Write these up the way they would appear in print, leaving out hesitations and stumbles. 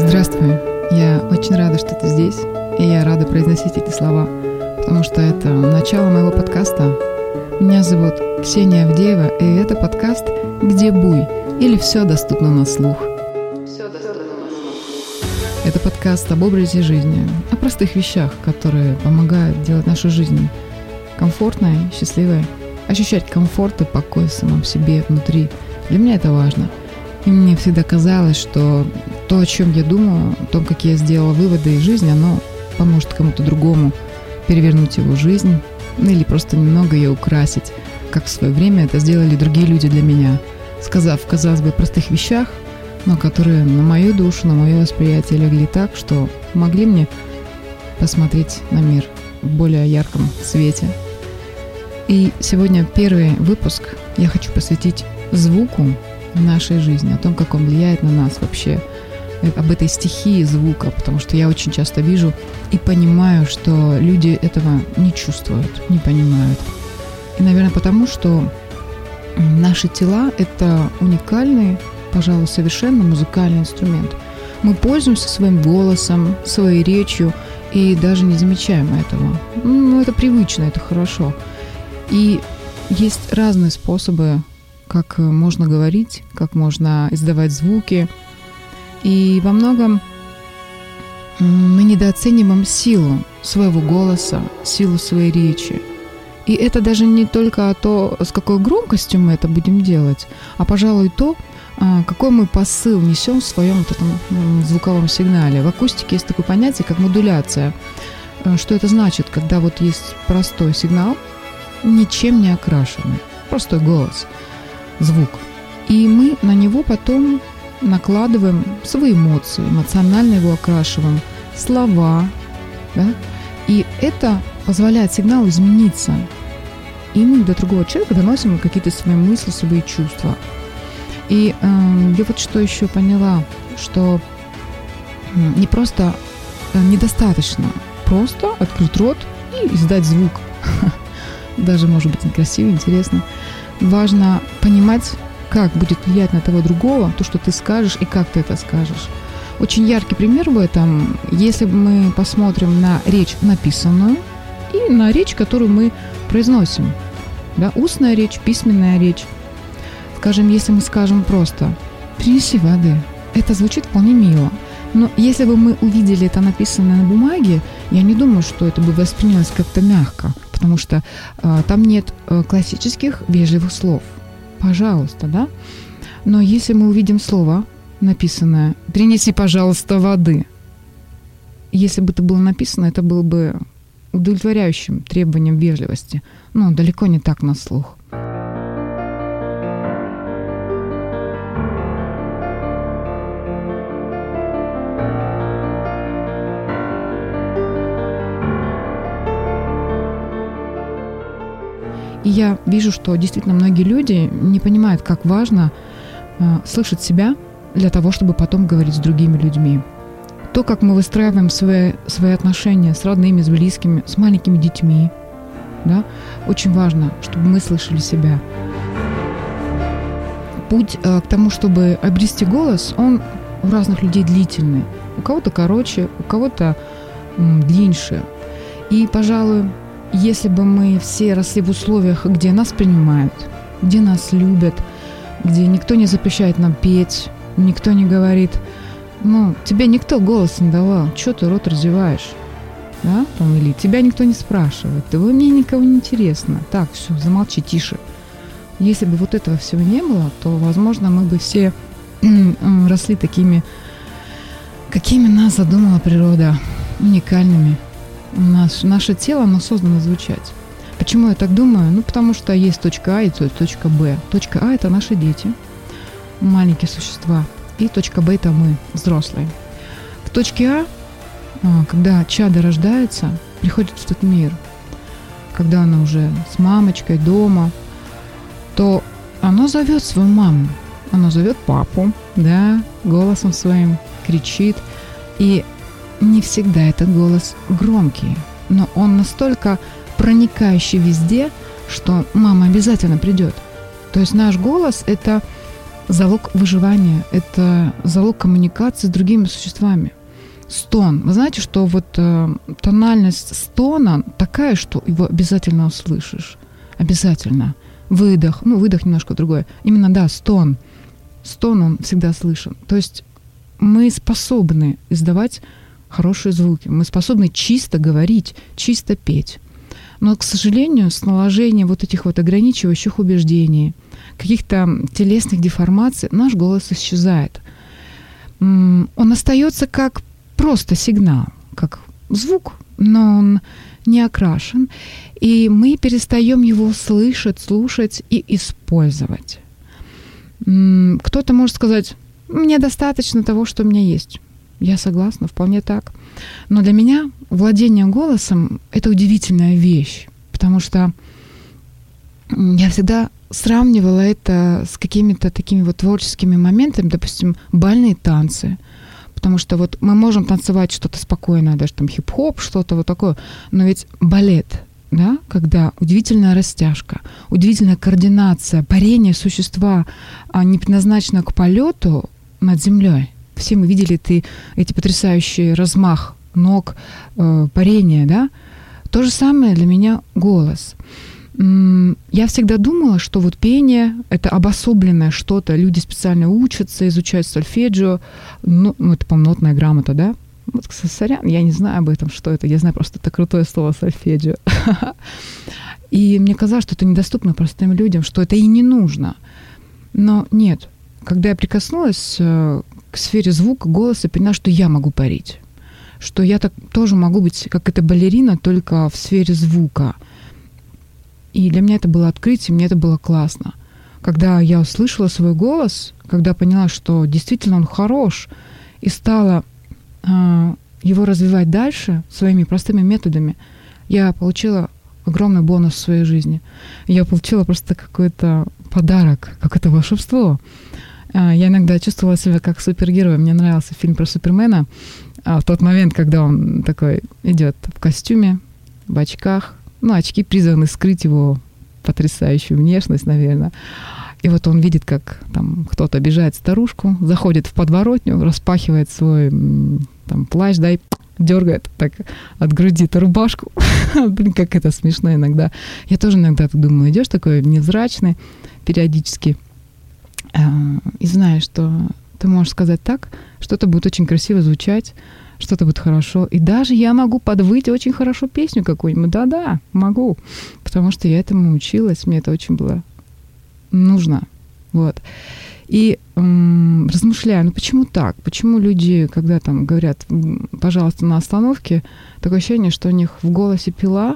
Здравствуй, я очень рада, что ты здесь, и я рада произносить эти слова, потому что это начало моего подкаста. Меня зовут Ксения Авдеева, и это подкаст «Где буй?» или «Все доступно на слух». Это подкаст об образе жизни, о простых вещах, которые помогают делать нашу жизнь комфортной, счастливой, ощущать комфорт и покой в самом себе, внутри. Для меня это важно. И мне всегда казалось, что то, о чем я думаю, о том, какие я сделала выводы из жизни, оно поможет кому-то другому перевернуть его жизнь, или просто немного ее украсить, как в свое время это сделали другие люди для меня, сказав, казалось бы, о простых вещах, но которые на мою душу, на мое восприятие легли так, что помогли мне посмотреть на мир в более ярком свете. И сегодня первый выпуск я хочу посвятить звуку в нашей жизни, о том, как он влияет на нас вообще, об этой стихии звука, потому что я очень часто вижу и понимаю, что люди этого не чувствуют, не понимают. И, наверное, потому что наши тела — это уникальный, пожалуй, совершенно музыкальный инструмент. Мы пользуемся своим голосом, своей речью и даже не замечаем этого. Это привычно, это хорошо. И есть разные способы, как можно говорить, как можно издавать звуки. И во многом мы недооцениваем силу своего голоса, силу своей речи. И это даже не только то, с какой громкостью мы это будем делать, а, пожалуй, то, какой мы посыл несем в своем вот этом звуковом сигнале. В акустике есть такое понятие, как модуляция. Что это значит, когда вот есть простой сигнал, ничем не окрашенный, простой голос, звук. И мы на него потом накладываем свои эмоции, эмоционально его окрашиваем, слова, да? И это позволяет сигналу измениться. И мы до другого человека доносим какие-то свои мысли, свои чувства. И я вот что еще поняла, что не просто недостаточно просто открыть рот и издать звук. Даже, может быть, некрасиво, интересно. Важно понимать, как будет влиять на того другого то, что ты скажешь и как ты это скажешь. Очень яркий пример в этом, если мы посмотрим на речь написанную и на речь, которую мы произносим. Да, устная речь, письменная речь. Скажем, если мы скажем просто «принеси воды», это звучит вполне мило. Но если бы мы увидели это написанное на бумаге, я не думаю, что это бы воспринялось как-то мягко, потому что там нет классических вежливых слов. Пожалуйста, да? Но если мы увидим слово, написанное «принеси, пожалуйста, воды», если бы это было написано, это было бы удовлетворяющим требованием вежливости. Но далеко не так на слух. И я вижу, что действительно многие люди не понимают, как важно слышать себя для того, чтобы потом говорить с другими людьми. То, как мы выстраиваем свои отношения с родными, с близкими, с маленькими детьми, да, очень важно, чтобы мы слышали себя. Путь к тому, чтобы обрести голос, он у разных людей длительный. У кого-то короче, у кого-то длиннее. И, пожалуй, если бы мы все росли в условиях, где нас принимают, где нас любят, где никто не запрещает нам петь, никто не говорит, тебе никто голос не давал, что ты рот разеваешь, да? Или тебя никто не спрашивает, мне никого не интересно, так, все, замолчи, тише. Если бы вот этого всего не было, то, возможно, мы бы все росли такими, какими нас задумала природа, уникальными. Наше тело, оно создано звучать. Почему я так думаю? Потому что есть точка А и точка Б. Точка А — это наши дети, маленькие существа. И точка Б — это мы, взрослые. В точке А, когда чадо рождается, приходит в этот мир, когда оно уже с мамочкой дома, то оно зовет свою маму, оно зовет папу, да, голосом своим кричит. И не всегда этот голос громкий, но он настолько проникающий везде, что мама обязательно придет. То есть наш голос — это залог выживания, это залог коммуникации с другими существами. Стон. Вы знаете, что вот тональность стона такая, что его обязательно услышишь. Обязательно. Выдох. Выдох немножко другой. Именно, да, стон. Стон, он всегда слышен. То есть мы способны издавать хорошие звуки. Мы способны чисто говорить, чисто петь. Но, к сожалению, с наложением вот этих вот ограничивающих убеждений, каких-то телесных деформаций, наш голос исчезает. Он остается как просто сигнал, как звук, но он не окрашен, и мы перестаем его слышать, слушать и использовать. Кто-то может сказать: мне достаточно того, что у меня есть. Я согласна, вполне так. Но для меня владение голосом — это удивительная вещь, потому что я всегда сравнивала это с какими-то такими вот творческими моментами, допустим, бальные танцы. Потому что вот мы можем танцевать что-то спокойное, даже там хип-хоп, что-то вот такое, но ведь балет, да, когда удивительная растяжка, удивительная координация, парение существа, не предназначено к полету над землей. Все мы видели эти потрясающие размах ног, парение, да. То же самое для меня голос. Я всегда думала, что вот пение — это обособленное что-то. Люди специально учатся, изучают сольфеджио. Это, по-моему, нотная грамота, да? Вот, сорян, я не знаю об этом, что это. Я знаю просто это крутое слово сольфеджио. И мне казалось, что это недоступно простым людям, что это и не нужно. Но нет. Когда я прикоснулась к сфере звука, голоса, я поняла, что я могу парить. Что я так тоже могу быть, как эта балерина, только в сфере звука. И для меня это было открытие, мне это было классно. Когда я услышала свой голос, когда поняла, что действительно он хорош, и стала его развивать дальше своими простыми методами, я получила огромный бонус в своей жизни. Я получила просто какой-то подарок, какое-то волшебство. Я иногда чувствовала себя как супергерой. Мне нравился фильм про Супермена. В тот момент, когда он такой идет в костюме, в очках, очки призваны скрыть его потрясающую внешность, наверное. И вот он видит, как там кто-то обижает старушку, заходит в подворотню, распахивает свой там плащ, да, и дергает так от груди эту рубашку. Блин, как это смешно иногда. Я тоже иногда так думаю, идешь такой невзрачный периодически, и знаешь, что ты можешь сказать так, что-то будет очень красиво звучать, что-то будет хорошо. И даже я могу подвыть очень хорошо песню какую-нибудь. Да-да, могу. Потому что я этому училась, мне это очень было нужно. Вот. И размышляю, почему так? Почему люди, когда там говорят, пожалуйста, на остановке, такое ощущение, что у них в голосе пила,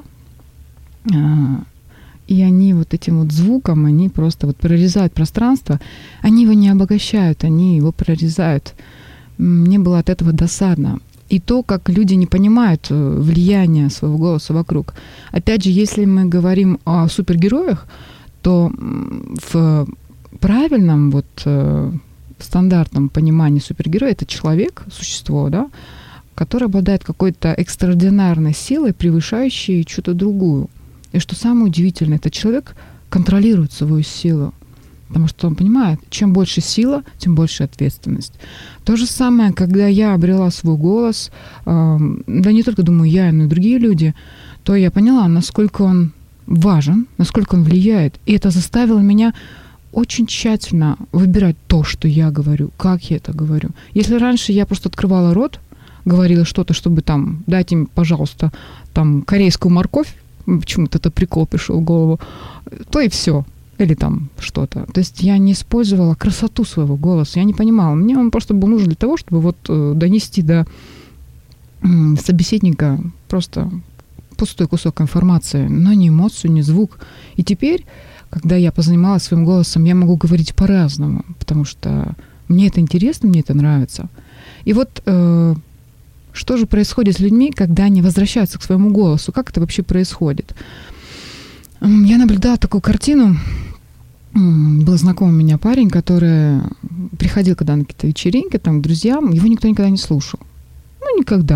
и они вот этим вот звуком, они просто вот прорезают пространство, они его не обогащают, они его прорезают. Мне было от этого досадно. И то, как люди не понимают влияние своего голоса вокруг. Опять же, если мы говорим о супергероях, то в правильном вот стандартном понимании супергероя это человек, существо, да, который обладает какой-то экстраординарной силой, превышающей что-то другую. И что самое удивительное, этот человек контролирует свою силу. Потому что он понимает, чем больше сила, тем больше ответственность. То же самое, когда я обрела свой голос, да не только, думаю, я, но и другие люди, то я поняла, насколько он важен, насколько он влияет. И это заставило меня очень тщательно выбирать то, что я говорю, как я это говорю. Если раньше я просто открывала рот, говорила что-то, чтобы там, дайте им, пожалуйста, там, корейскую морковь, почему-то это прикол пришел в голову, то и все. Или там что-то. То есть я не использовала красоту своего голоса. Я не понимала. Мне он просто был нужен для того, чтобы вот донести до собеседника просто пустой кусок информации, но не эмоцию, не звук. И теперь, когда я позанималась своим голосом, я могу говорить по-разному, потому что мне это интересно, мне это нравится. И вот что же происходит с людьми, когда они возвращаются к своему голосу? Как это вообще происходит? Я наблюдала такую картину. Был знакомый у меня парень, который приходил когда на какие-то вечеринки, там, к друзьям, его никто никогда не слушал. Никогда.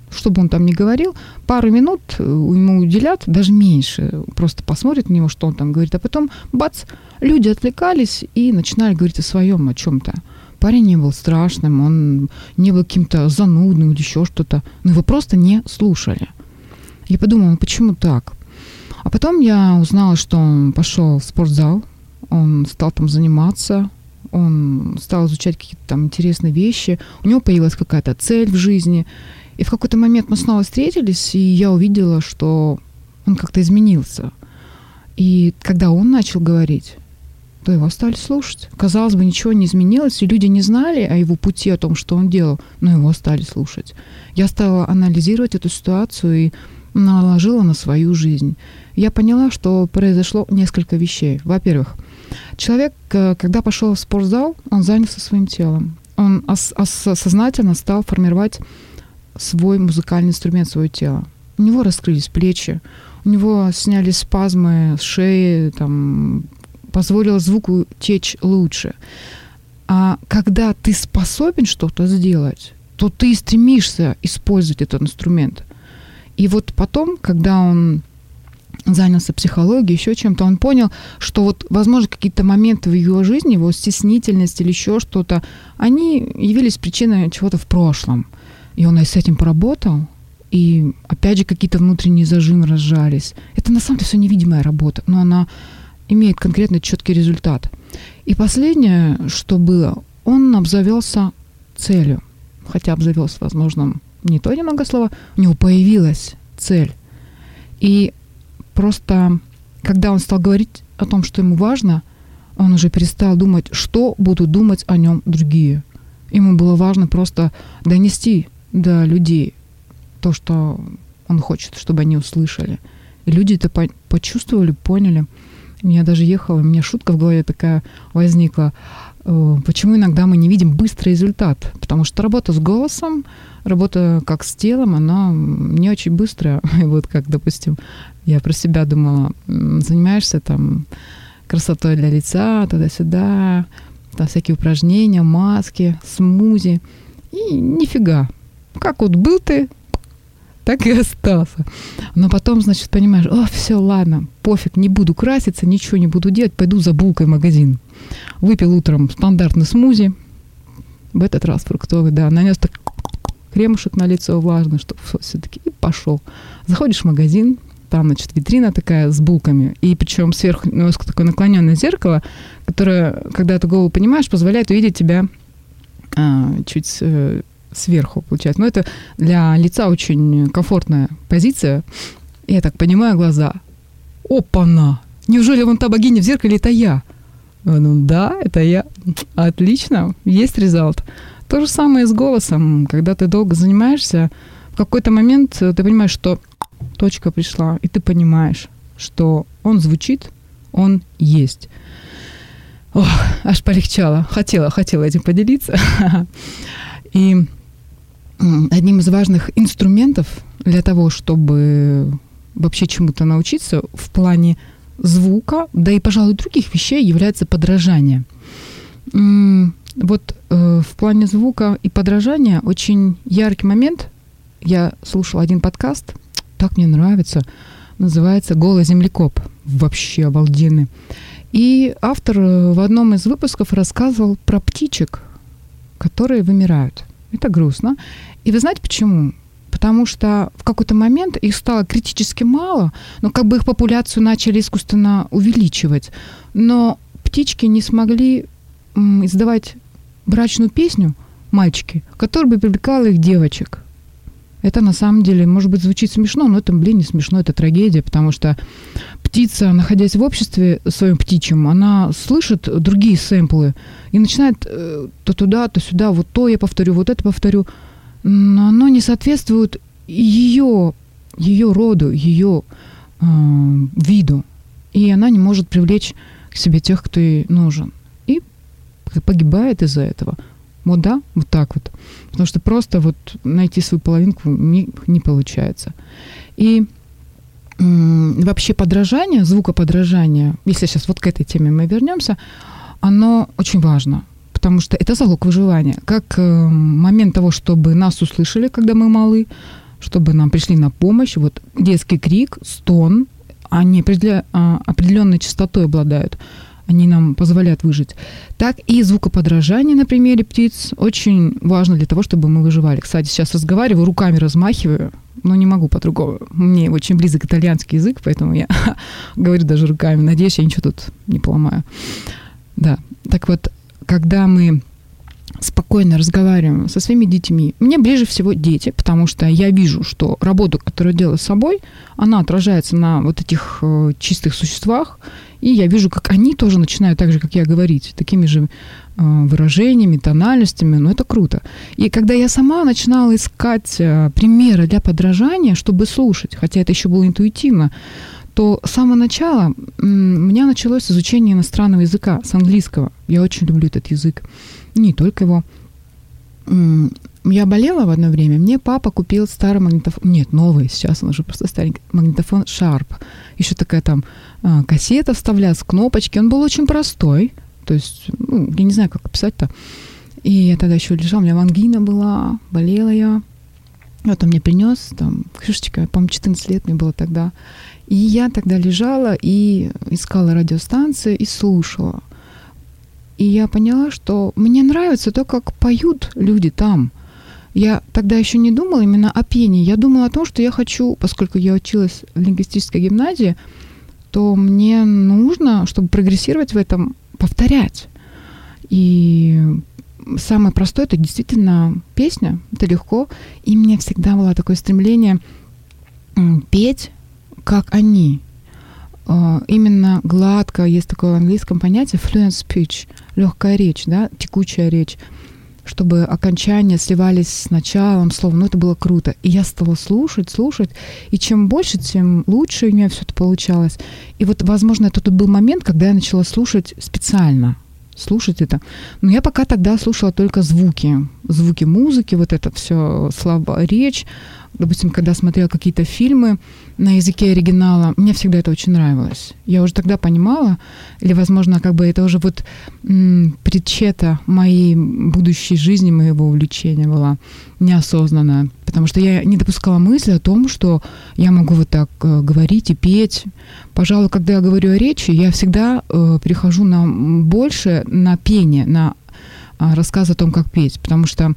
что бы он там ни говорил, пару минут ему уделят, даже меньше, просто посмотрят на него, что он там говорит, а потом, бац, люди отвлекались и начинали говорить о своем, о чем-то. Парень не был страшным, он не был каким-то занудным или еще что-то, но его просто не слушали. Я подумала, почему так? А потом я узнала, что он пошел в спортзал, он стал там заниматься, он стал изучать какие-то там интересные вещи, у него появилась какая-то цель в жизни. И в какой-то момент мы снова встретились, и я увидела, что он как-то изменился. И когда он начал говорить, то его стали слушать. Казалось бы, ничего не изменилось, и люди не знали о его пути, о том, что он делал, но его стали слушать. Я стала анализировать эту ситуацию и наложила на свою жизнь. Я поняла, что произошло несколько вещей. Во-первых, человек, когда пошел в спортзал, он занялся своим телом. Он сознательно стал формировать свой музыкальный инструмент, свое тело. У него раскрылись плечи, у него снялись спазмы с шеи, там, позволило звуку течь лучше. А когда ты способен что-то сделать, то ты стремишься использовать этот инструмент. И вот потом, когда он занялся психологией, еще чем-то, он понял, что вот, возможно, какие-то моменты в его жизни, его стеснительность или еще что-то, они явились причиной чего-то в прошлом. И он с этим поработал, и опять же какие-то внутренние зажимы разжались. Это на самом деле все невидимая работа, но она имеет конкретный четкий результат. И последнее, что было, он обзавелся целью. Хотя обзавелся, возможно, не то немного слова, у него появилась цель. И просто, когда он стал говорить о том, что ему важно, он уже перестал думать, что будут думать о нем другие. Ему было важно просто донести до людей то, что он хочет, чтобы они услышали. И люди это почувствовали, поняли. Я даже ехала, у меня шутка в голове такая возникла. Почему иногда мы не видим быстрый результат? Потому что работа с голосом, работа как с телом, она не очень быстрая. И вот как, допустим, я про себя думала, занимаешься там красотой для лица, туда-сюда, там всякие упражнения, маски, смузи. И нифига. Как вот был ты, так и остался. Но потом, значит, понимаешь, все, ладно, пофиг, не буду краситься, ничего не буду делать, пойду за булкой в магазин. Выпил утром стандартный смузи, в этот раз фруктовый, да, нанес так кремушек на лицо влажный, чтобы все-таки, и пошел. Заходишь в магазин, там, значит, витрина такая с булками, и причем сверху немножко такое наклоненное зеркало, которое, когда ты голову понимаешь, позволяет увидеть тебя чуть сверху, получается. Но это для лица очень комфортная позиция. Я так понимаю глаза. Опа-на! Неужели вон та богиня в зеркале, это я? Ну да, это я. Отлично, есть результат. То же самое с голосом. Когда ты долго занимаешься, в какой-то момент ты понимаешь, что точка пришла, и ты понимаешь, что он звучит, он есть. Ох, аж полегчало. Хотела этим поделиться. И одним из важных инструментов для того, чтобы вообще чему-то научиться в плане звука, да и, пожалуй, других вещей, является подражание. Вот в плане звука и подражания очень яркий момент. Я слушала один подкаст, так мне нравится, называется «Голый землекоп». Вообще обалденный. И автор в одном из выпусков рассказывал про птичек, которые вымирают. Это грустно. И вы знаете почему? Потому что в какой-то момент их стало критически мало, но как бы их популяцию начали искусственно увеличивать. Но птички не смогли издавать брачную песню, мальчики, которая бы привлекала их девочек. Это на самом деле, может быть, звучит смешно, но это, не смешно, это трагедия, потому что птица, находясь в обществе своем птичьем, она слышит другие сэмплы и начинает то туда, то сюда, вот то я повторю, вот это повторю, но оно не соответствует ее роду, ее виду, и она не может привлечь к себе тех, кто ей нужен, и погибает из-за этого. Вот да, вот так вот. Потому что просто вот найти свою половинку не получается. И вообще подражание, звукоподражание, если сейчас вот к этой теме мы вернемся, оно очень важно, потому что это залог выживания. Как момент того, чтобы нас услышали, когда мы малы, чтобы нам пришли на помощь. Вот детский крик, стон, они определенной частотой обладают. Они нам позволяют выжить. Так и звукоподражание на примере птиц очень важно для того, чтобы мы выживали. Кстати, сейчас разговариваю, руками размахиваю, но не могу по-другому. Мне очень близок итальянский язык, поэтому я говорю даже руками. Надеюсь, я ничего тут не поломаю. Да, так вот, когда мы спокойно разговариваем со своими детьми, мне ближе всего дети, потому что я вижу, что работу, которую делаю с собой, она отражается на вот этих чистых существах, и я вижу, как они тоже начинают так же, как я, говорить, такими же выражениями, тональностями, но это круто. И когда я сама начинала искать примеры для подражания, чтобы слушать, хотя это еще было интуитивно, то с самого начала у меня началось изучение иностранного языка, с английского. Я очень люблю этот язык. Не только его. Я болела в одно время, мне папа купил старый магнитофон, нет, новый, сейчас он уже просто старенький, магнитофон Sharp. Еще такая там кассета вставляется, кнопочки. Он был очень простой, то есть, я не знаю, как описать-то. И я тогда еще лежала, у меня ангина была, болела я. Вот он мне принес, там, крышечка, по-моему, 14 лет мне было тогда. И я тогда лежала и искала радиостанции и слушала. И я поняла, что мне нравится то, как поют люди там. Я тогда еще не думала именно о пении. Я думала о том, что я хочу, поскольку я училась в лингвистической гимназии, то мне нужно, чтобы прогрессировать в этом, повторять. И самое простое — это действительно песня, это легко. И мне всегда было такое стремление петь, как они. Именно гладко, есть такое в английском понятие fluent speech, легкая речь, да, текучая речь, чтобы окончания сливались с началом слова. Это было круто. И я стала слушать, и чем больше, тем лучше у меня все это получалось. И вот, возможно, это тот был момент, когда я начала слушать специально, слушать это. Но я пока тогда слушала только звуки музыки, вот это все, слова, речь. Допустим, когда смотрела какие-то фильмы на языке оригинала, мне всегда это очень нравилось. Я уже тогда понимала, или, возможно, как бы это уже вот предчета моей будущей жизни, моего увлечения была неосознанная. Потому что я не допускала мысли о том, что я могу вот так говорить и петь. Пожалуй, когда я говорю о речи, я всегда перехожу на больше, на пение, на рассказ о том, как петь. Потому что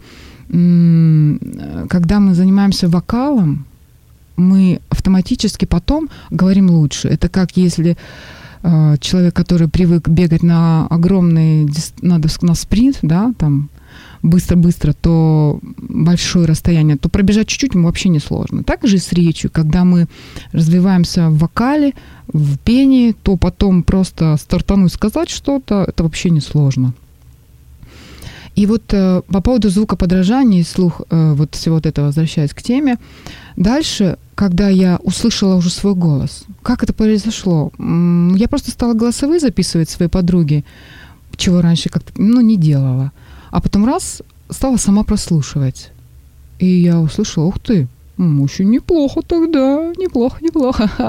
когда мы занимаемся вокалом, мы автоматически потом говорим лучше. Это как если человек, который привык бегать на огромный, на спринт, да, там быстро-быстро, то большое расстояние, то пробежать чуть-чуть ему вообще не сложно. Так же и с речью. Когда мы развиваемся в вокале, в пении, то потом просто стартануть, сказать что-то, это вообще не сложно. И вот по поводу звукоподражания и слух, вот всего вот этого, возвращаясь к теме, дальше, когда я услышала уже свой голос, как это произошло? Я просто стала голосовые записывать своей подруге, чего раньше как-то, не делала. А потом раз, стала сама прослушивать. И я услышала, ух ты, очень неплохо тогда, неплохо.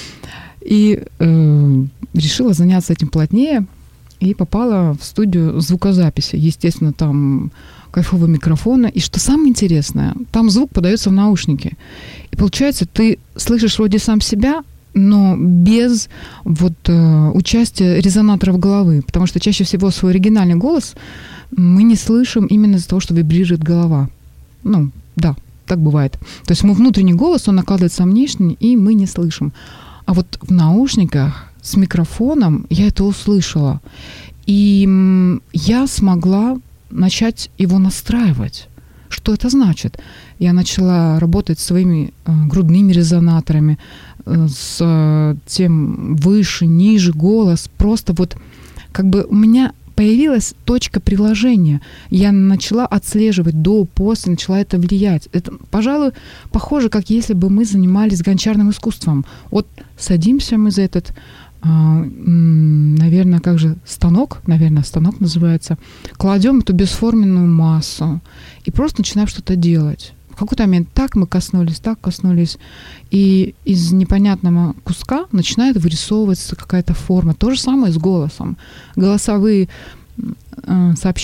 И решила заняться этим плотнее. И попала в студию звукозаписи. Естественно, там кайфовые микрофоны. И что самое интересное, там звук подается в наушники. И получается, ты слышишь вроде сам себя, но без участия резонаторов головы. Потому что чаще всего свой оригинальный голос мы не слышим именно из-за того, что вибрирует голова. Да, так бывает. То есть мой внутренний голос, он накладывается на внешний, и мы не слышим. А вот в наушниках с микрофоном я это услышала. И я смогла начать его настраивать. Что это значит? Я начала работать с своими грудными резонаторами, с тем выше, ниже голос. Просто вот как бы у меня появилась точка приложения. Я начала отслеживать до, после, начала это влиять. Это, пожалуй, похоже, как если бы мы занимались гончарным искусством. Вот садимся мы за этот, наверное, станок называется, кладем эту бесформенную массу и просто начинаем что-то делать. В какой-то момент так коснулись, и из непонятного куска начинает вырисовываться какая-то форма. То же самое с голосом. Голосовые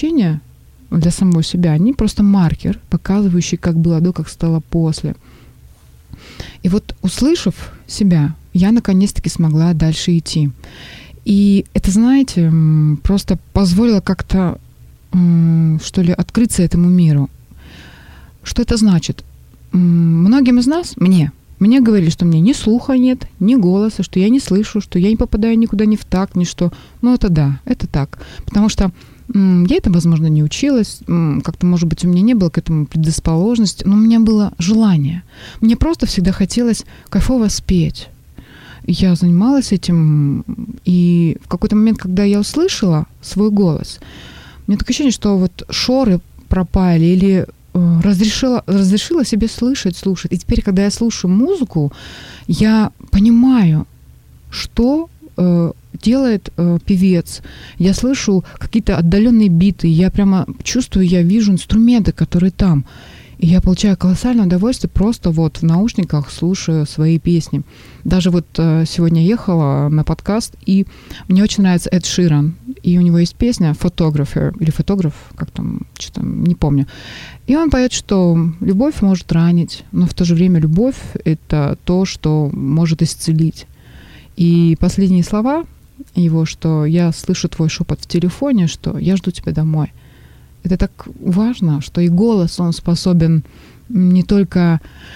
сообщения для самого себя, они просто маркер, показывающий, как было до, как стало после. И вот, услышав себя, я наконец-таки смогла дальше идти. И это, знаете, просто позволило как-то, что ли, открыться этому миру. Что это значит? Многим из нас, мне говорили, что мне ни слуха нет, ни голоса, что я не слышу, что я не попадаю никуда ни в такт, ни что. Ну, это да, это так. Потому что я это, возможно, не училась, как-то, может быть, у меня не было к этому предрасположенности, но у меня было желание. Мне просто всегда хотелось кайфово спеть. Я занималась этим, и в какой-то момент, когда я услышала свой голос, у меня такое ощущение, что вот шоры пропали или разрешила себе слушать. И теперь, когда я слушаю музыку, я понимаю, что делает певец. Я слышу какие-то отдаленные биты, я прямо чувствую, я вижу инструменты, которые там. И я получаю колоссальное удовольствие просто вот в наушниках слушаю свои песни. Даже вот сегодня ехала на подкаст, и мне очень нравится Эд Ширан. И у него есть песня «Photographer» или «Фотограф», как там, что-то не помню. И он поет, что любовь может ранить, но в то же время любовь — это то, что может исцелить. И последние слова его, что я слышу твой шепот в телефоне, что я жду тебя домой. Это так важно, что и голос, он способен не только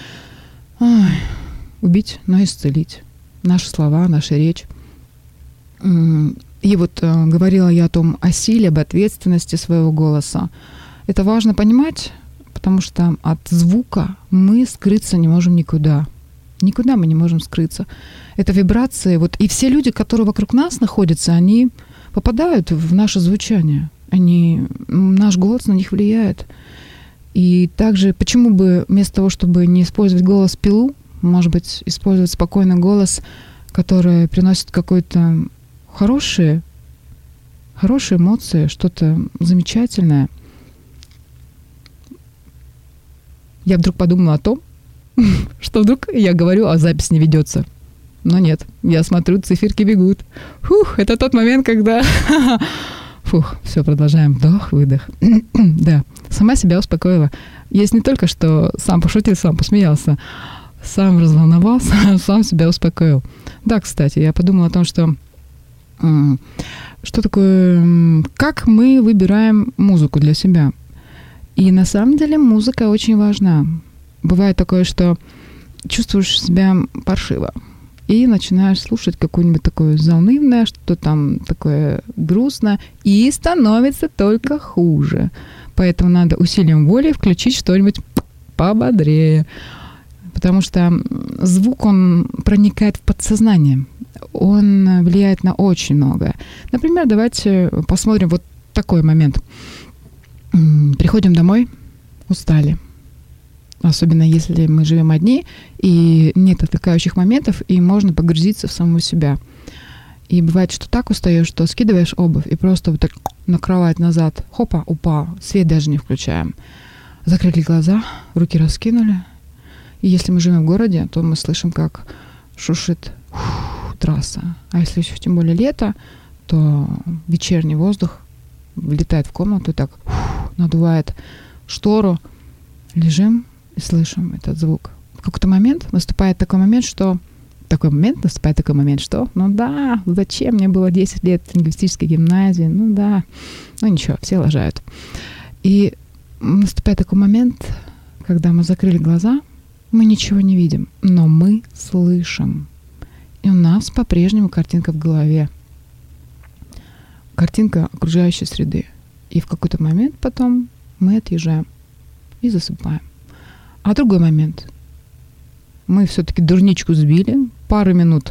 убить, но и исцелить. Наши слова, наша речь. И вот говорила я о силе, об ответственности своего голоса. Это важно понимать, потому что от звука мы скрыться не можем никуда. Никуда мы не можем скрыться. Это вибрации. Вот, и все люди, которые вокруг нас находятся, они попадают в наше звучание. Наш голос на них влияет. И также, почему бы вместо того, чтобы не использовать голос пилу, может быть, использовать спокойный голос, который приносит какой-то хорошие эмоции, что-то замечательное. Я вдруг подумала о том, что вдруг я говорю, а запись не ведется. Но нет, я смотрю, циферки бегут. Это тот момент, когда... Все, продолжаем. Вдох, выдох. Да, сама себя успокоила. Есть не только, что сам пошутил, сам посмеялся, сам разволновался, сам себя успокоил. Да, кстати, я подумала о том, что такое, как мы выбираем музыку для себя. И на самом деле музыка очень важна. Бывает такое, что чувствуешь себя паршиво и начинаешь слушать какое-нибудь такое заунывное, что-то там такое грустное, и становится только хуже. Поэтому надо усилием воли включить что-нибудь пободрее. Потому что звук, он проникает в подсознание. Он влияет на очень многое. Например, давайте посмотрим вот такой момент. Приходим домой, устали. Особенно если мы живем одни, и нет отвлекающих моментов, и можно погрузиться в самого себя. И бывает, что так устаешь, что скидываешь обувь, и просто вот так на кровать назад, хопа, упал, свет даже не включаем. Закрыли глаза, руки раскинули. И если мы живем в городе, то мы слышим, как шуршит трасса. А если еще тем более лето, то вечерний воздух влетает в комнату и так надувает штору. Лежим и слышим этот звук. В какой-то момент наступает такой момент, что... Ну да, зачем мне было 10 лет в лингвистической гимназии? Ну да. Ну ничего, все лажают. И наступает такой момент, когда мы закрыли глаза, мы ничего не видим, но мы слышим. И у нас по-прежнему картинка в голове. Картинка окружающей среды. И в какой-то момент потом мы отъезжаем и засыпаем. А другой момент. Мы все-таки дурничку сбили, пару минут,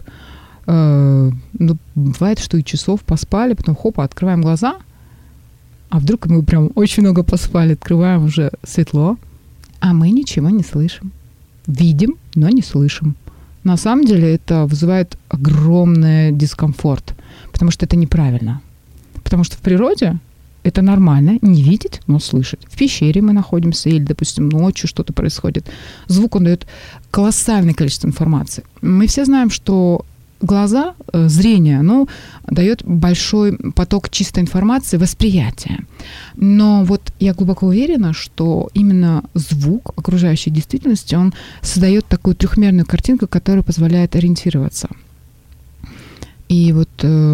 бывает, что и часов поспали, потом хопа, открываем глаза, а вдруг мы прям очень много поспали, открываем, уже светло, а мы ничего не слышим. Видим, но не слышим. На самом деле это вызывает огромный дискомфорт, потому что это неправильно. Потому что в природе это нормально не видеть, но слышать. В пещере мы находимся или, допустим, ночью что-то происходит. Звук, он дает колоссальное количество информации. Мы все знаем, что глаза, зрение, оно дает большой поток чистой информации, восприятия. Но вот я глубоко уверена, что именно звук окружающей действительности, он создает такую трехмерную картинку, которая позволяет ориентироваться. И вот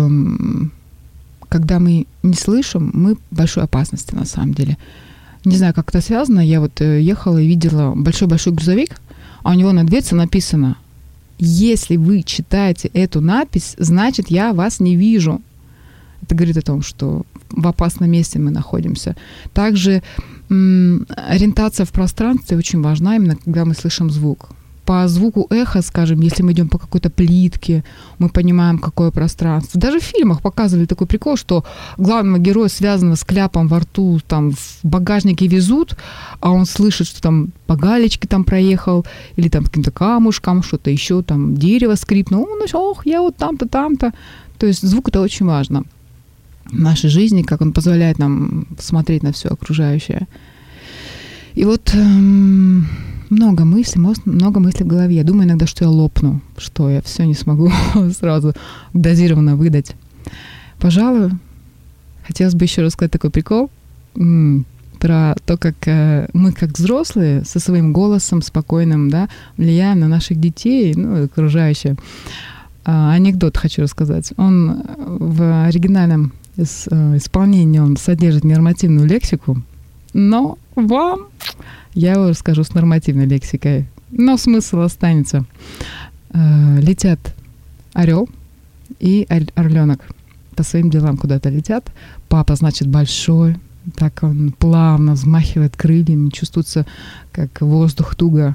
когда мы не слышим, мы в большой опасности на самом деле. Не знаю, как это связано. Я вот ехала и видела большой-большой грузовик, а у него на дверце написано: если вы читаете эту надпись, значит, я вас не вижу. Это говорит о том, что в опасном месте мы находимся. Также ориентация в пространстве очень важна, именно когда мы слышим звук. По звуку эха, скажем, если мы идем по какой-то плитке, мы понимаем, какое пространство. Даже в фильмах показывали такой прикол, что главного героя, связанного с кляпом во рту, там в багажнике везут, а он слышит, что там по галечке там проехал, или там каким-то камушкам, что-то еще, там дерево скрипнуло. Ох, я вот там-то, там-то. То есть звук — это очень важно в нашей жизни, как он позволяет нам смотреть на все окружающее. И вот много мыслей в голове. Я думаю иногда, что я лопну, что я все не смогу сразу дозированно выдать. Пожалуй, хотелось бы еще рассказать такой прикол про то, как мы, как взрослые, со своим голосом спокойным, да, влияем на наших детей, ну, окружающее. Анекдот хочу рассказать. Он в оригинальном исполнении он содержит ненормативную лексику, но вам я его расскажу с нормативной лексикой, но смысл останется. Летят орел и орленок по своим делам куда-то летят. Папа, значит, большой, так он плавно взмахивает крыльями, чувствуется, как воздух туго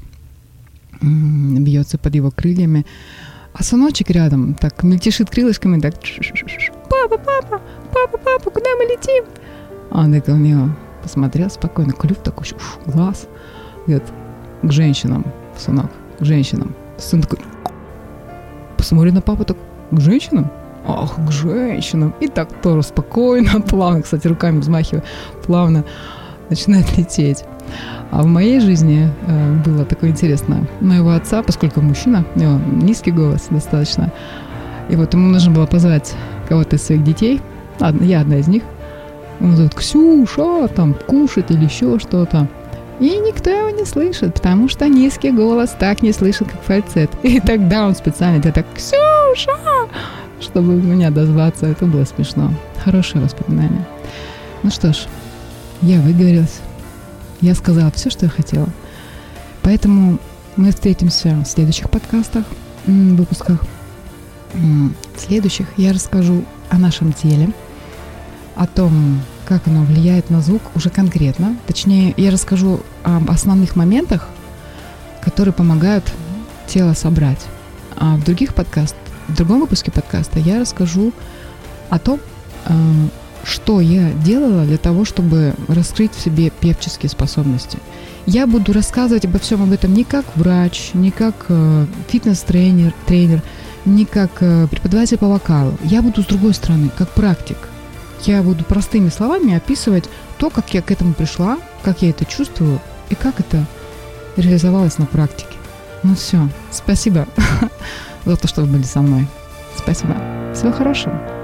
бьется под его крыльями. А сыночек рядом так мельтешит крылышками, так: папа, папа, папа, папа, куда мы летим? А он так у него посмотрел спокойно, клюв такой, глаз. Говорит: к женщинам, сынок, к женщинам. Сын такой посмотрел на папу, так: к женщинам? Ах, к женщинам. И так тоже спокойно, плавно, кстати, руками взмахивая, плавно начинает лететь. А в моей жизни было такое интересное. Моего отца, поскольку мужчина, у него низкий голос достаточно, и вот ему нужно было позвать кого-то из своих детей, я одна из них, он говорит: Ксюша, там, кушать или еще что-то. И никто его не слышит, потому что низкий голос так не слышит, как фальцет. И тогда он специально делает так: Ксюша, чтобы меня дозваться. Это было смешно. Хорошее воспоминание. Ну что ж, я выговорилась. Я сказала все, что я хотела. Поэтому мы встретимся в следующих подкастах, выпусках. В следующих я расскажу о нашем теле, о том, как оно влияет на звук уже конкретно. Точнее, я расскажу об основных моментах, которые помогают тело собрать. А в другом выпуске подкаста я расскажу о том, что я делала для того, чтобы раскрыть в себе певческие способности. Я буду рассказывать обо всем об этом не как врач, не как фитнес-тренер, не как преподаватель по вокалу. Я буду с другой стороны, как практик. Я буду простыми словами описывать то, как я к этому пришла, как я это чувствую и как это реализовалось на практике. Ну все, спасибо за то, что вы были со мной. Спасибо. Всего хорошего.